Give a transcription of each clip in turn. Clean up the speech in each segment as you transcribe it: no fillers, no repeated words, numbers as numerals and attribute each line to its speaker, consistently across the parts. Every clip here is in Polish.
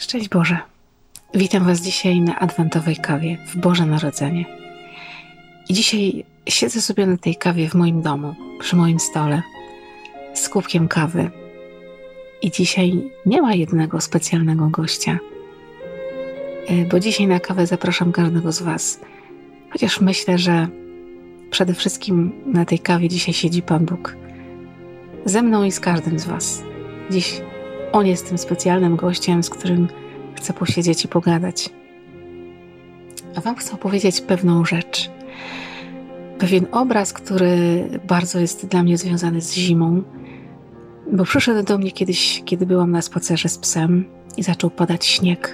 Speaker 1: Szczęść Boże! Witam Was dzisiaj na adwentowej kawie w Boże Narodzenie. I dzisiaj siedzę sobie na tej kawie w moim domu, przy moim stole, z kubkiem kawy. I dzisiaj nie ma jednego specjalnego gościa, bo dzisiaj na kawę zapraszam każdego z Was. Chociaż myślę, że przede wszystkim na tej kawie dzisiaj siedzi Pan Bóg. Ze mną i z każdym z Was. Dziś On jest tym specjalnym gościem, z którym chcę posiedzieć i pogadać. A Wam chcę opowiedzieć pewną rzecz. Pewien obraz, który bardzo jest dla mnie związany z zimą, bo przyszedł do mnie kiedyś, kiedy byłam na spacerze z psem i zaczął padać śnieg.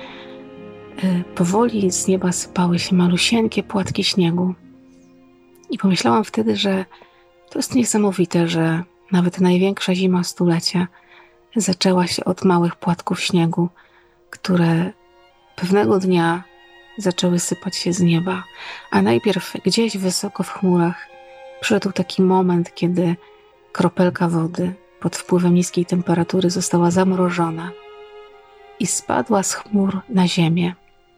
Speaker 1: Powoli z nieba sypały się malusieńkie płatki śniegu. I pomyślałam wtedy, że to jest niesamowite, że nawet największa zima stulecia zaczęła się od małych płatków śniegu, które pewnego dnia zaczęły sypać się z nieba. A najpierw gdzieś wysoko w chmurach przyszedł taki moment, kiedy kropelka wody pod wpływem niskiej temperatury została zamrożona i spadła z chmur na ziemię.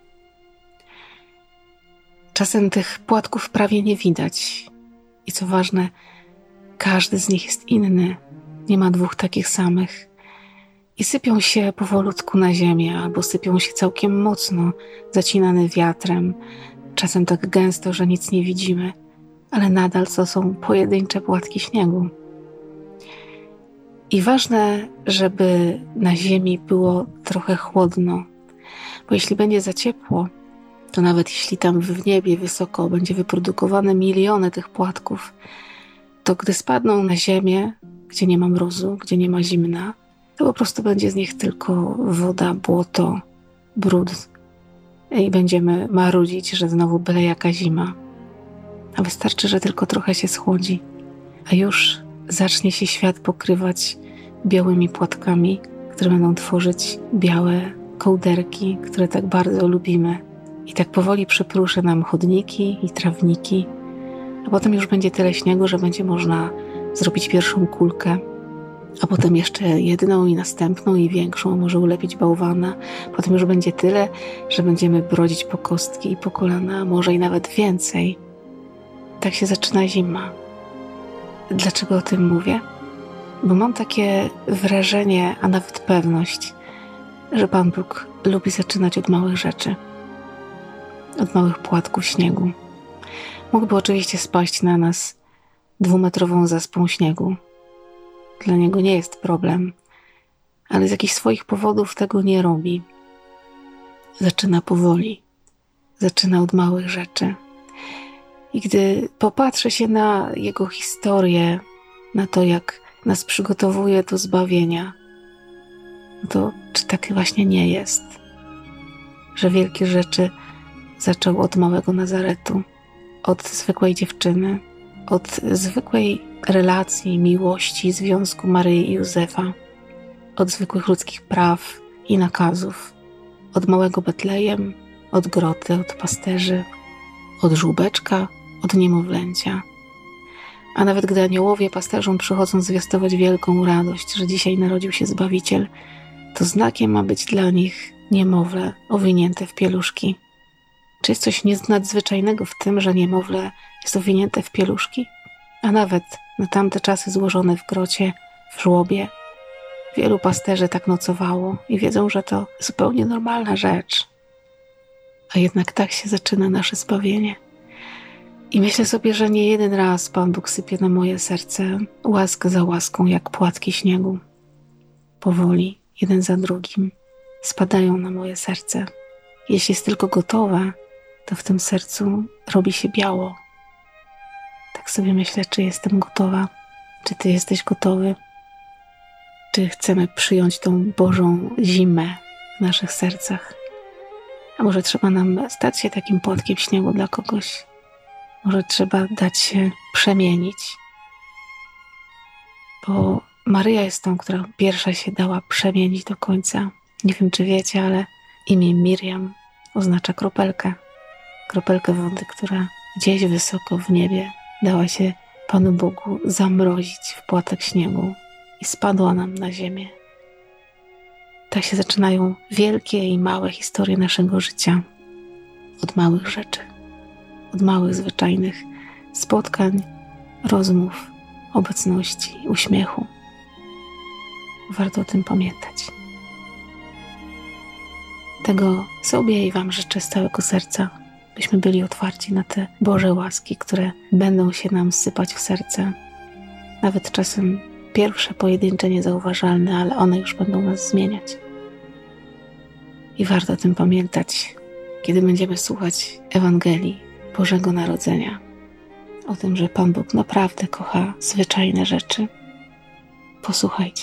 Speaker 1: Czasem tych płatków prawie nie widać. I co ważne, każdy z nich jest inny. Nie ma dwóch takich samych. I sypią się powolutku na ziemię, albo sypią się całkiem mocno, zacinane wiatrem, czasem tak gęsto, że nic nie widzimy, ale nadal to są pojedyncze płatki śniegu. I ważne, żeby na ziemi było trochę chłodno, bo jeśli będzie za ciepło, to nawet jeśli tam w niebie wysoko będzie wyprodukowane miliony tych płatków, to gdy spadną na ziemię, gdzie nie ma mrozu, gdzie nie ma zimna, to po prostu będzie z nich tylko woda, błoto, brud i będziemy marudzić, że znowu byle jaka zima. A wystarczy, że tylko trochę się schłodzi, a już zacznie się świat pokrywać białymi płatkami, które będą tworzyć białe kołderki, które tak bardzo lubimy. I tak powoli przypruszy nam chodniki i trawniki, a potem już będzie tyle śniegu, że będzie można zrobić pierwszą kulkę, a potem jeszcze jedną i następną i większą, może ulepić bałwana. Potem już będzie tyle, że będziemy brodzić po kostki i po kolana, a może i nawet więcej. Tak się zaczyna zima. Dlaczego o tym mówię? Bo mam takie wrażenie, a nawet pewność, że Pan Bóg lubi zaczynać od małych rzeczy. Od małych płatków śniegu. Mógłby oczywiście spaść na nas 2-metrową zaspą śniegu. Dla Niego nie jest problem, ale z jakichś swoich powodów tego nie robi. Zaczyna powoli. Zaczyna od małych rzeczy. I gdy popatrzy się na Jego historię, na to, jak nas przygotowuje do zbawienia, to czy tak właśnie nie jest? Że wielkie rzeczy zaczął od małego Nazaretu, od zwykłej dziewczyny, od zwykłej relacji, miłości, związku Maryi i Józefa, od zwykłych ludzkich praw i nakazów, od małego Betlejem, od groty, od pasterzy, od żłóbeczka, od niemowlęcia. A nawet gdy aniołowie pasterzom przychodzą zwiastować wielką radość, że dzisiaj narodził się Zbawiciel, to znakiem ma być dla nich niemowlę owinięte w pieluszki. Czy jest coś nadzwyczajnego w tym, że niemowlę jest owinięte w pieluszki? A nawet na tamte czasy złożone w grocie, w żłobie. Wielu pasterzy tak nocowało i wiedzą, że to zupełnie normalna rzecz. A jednak tak się zaczyna nasze zbawienie. I myślę sobie, że nie jeden raz Pan Bóg sypie na moje serce łaskę za łaską, jak płatki śniegu. Powoli, jeden za drugim, spadają na moje serce. Jeśli jest tylko gotowe, to w tym sercu robi się biało. Tak sobie myślę, czy jestem gotowa, czy Ty jesteś gotowy, czy chcemy przyjąć tą Bożą zimę w naszych sercach. A może trzeba nam stać się takim płatkiem śniegu dla kogoś. Może trzeba dać się przemienić. Bo Maryja jest tą, która pierwsza się dała przemienić do końca. Nie wiem, czy wiecie, ale imię Miriam oznacza kropelkę. Kropelkę wody, która gdzieś wysoko w niebie dała się Panu Bogu zamrozić w płatek śniegu i spadła nam na ziemię. Tak się zaczynają wielkie i małe historie naszego życia. Od małych rzeczy, od małych, zwyczajnych spotkań, rozmów, obecności, uśmiechu. Warto o tym pamiętać. Tego sobie i Wam życzę z całego serca, byśmy byli otwarci na te Boże łaski, które będą się nam sypać w serce. Nawet czasem pierwsze, pojedyncze, niezauważalne, ale one już będą nas zmieniać. I warto o tym pamiętać, kiedy będziemy słuchać Ewangelii Bożego Narodzenia. O tym, że Pan Bóg naprawdę kocha zwyczajne rzeczy. Posłuchajcie.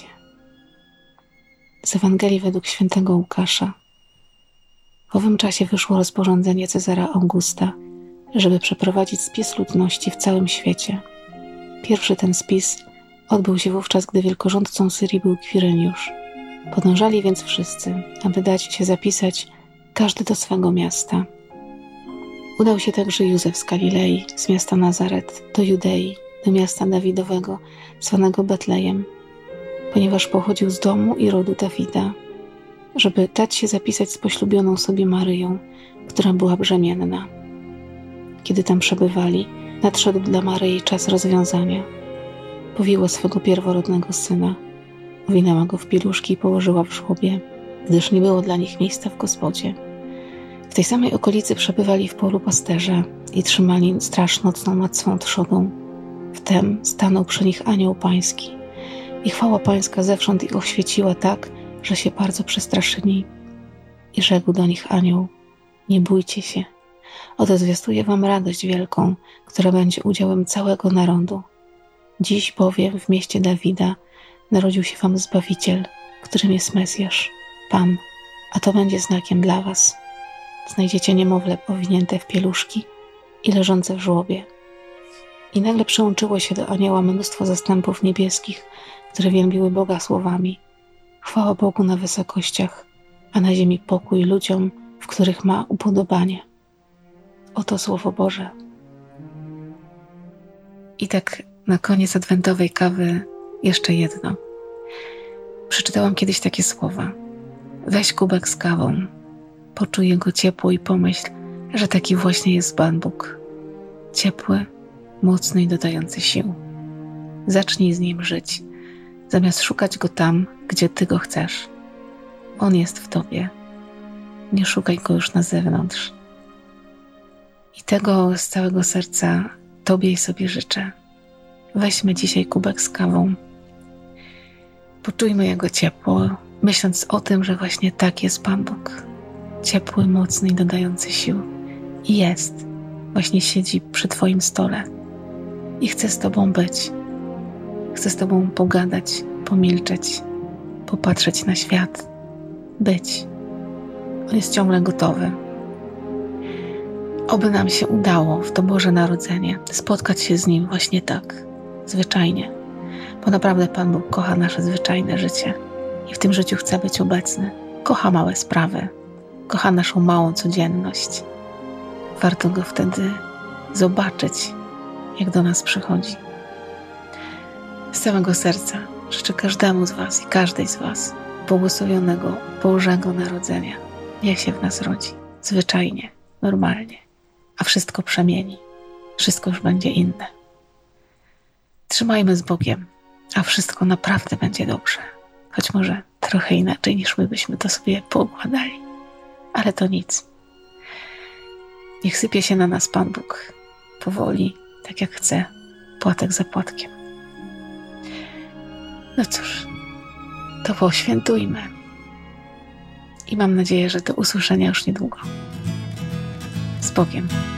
Speaker 1: Z Ewangelii według świętego Łukasza. W owym czasie wyszło rozporządzenie Cezara Augusta, żeby przeprowadzić spis ludności w całym świecie. Pierwszy ten spis odbył się wówczas, gdy wielkorządcą Syrii był Kwiryniusz. Podążali więc wszyscy, aby dać się zapisać każdy do swego miasta. Udał się także Józef z Galilei, z miasta Nazaret, do Judei, do miasta Dawidowego, zwanego Betlejem, ponieważ pochodził z domu i rodu Dawida, żeby dać się zapisać z poślubioną sobie Maryją, która była brzemienna. Kiedy tam przebywali, nadszedł dla Maryi czas rozwiązania. Powiła swego pierworodnego syna, owinęła go w pieluszki i położyła w żłobie, gdyż nie było dla nich miejsca w gospodzie. W tej samej okolicy przebywali w polu pasterze i trzymali straż nocną nad swą trzodą. Wtem stanął przy nich anioł pański i chwała pańska zewsząd ich oświeciła tak, że się bardzo przestraszyli. I rzekł do nich anioł: nie bójcie się, oto zwiastuję wam radość wielką, która będzie udziałem całego narodu. Dziś bowiem w mieście Dawida narodził się wam Zbawiciel, którym jest Mesjasz, Pan, a to będzie znakiem dla was. Znajdziecie niemowlę powinięte w pieluszki i leżące w żłobie. I nagle przyłączyło się do anioła mnóstwo zastępów niebieskich, które wielbiły Boga słowami: chwała Bogu na wysokościach, a na ziemi pokój ludziom, w których ma upodobanie. Oto Słowo Boże. I tak na koniec adwentowej kawy jeszcze jedno. Przeczytałam kiedyś takie słowa: weź kubek z kawą, poczuj jego ciepło i pomyśl, że taki właśnie jest Pan Bóg. Ciepły, mocny i dodający sił. Zacznij z nim żyć, zamiast szukać go tam, gdzie ty go chcesz. On jest w tobie. Nie szukaj go już na zewnątrz. I tego z całego serca tobie i sobie życzę. Weźmy dzisiaj kubek z kawą. Poczujmy jego ciepło, myśląc o tym, że właśnie tak jest Pan Bóg. Ciepły, mocny i dodający sił. I jest. Właśnie siedzi przy twoim stole. I chce z tobą być. Chce z tobą pogadać, pomilczeć, popatrzeć na świat. Być. On jest ciągle gotowy. Oby nam się udało w to Boże Narodzenie spotkać się z Nim właśnie tak, zwyczajnie. Bo naprawdę Pan Bóg kocha nasze zwyczajne życie i w tym życiu chce być obecny. Kocha małe sprawy, kocha naszą małą codzienność. Warto Go wtedy zobaczyć, jak do nas przychodzi. Z całego serca życzę każdemu z was i każdej z was błogosławionego Bożego Narodzenia. Niech się w nas rodzi, zwyczajnie, normalnie, a wszystko przemieni. Wszystko już będzie inne. Trzymajmy z Bogiem, a wszystko naprawdę będzie dobrze. Choć może trochę inaczej niż my byśmy to sobie poukładali. Ale to nic. Niech sypie się na nas Pan Bóg powoli, tak jak chce, płatek za płatkiem. No cóż, to poświętujmy. I mam nadzieję, że do usłyszenia już niedługo. Z Bogiem.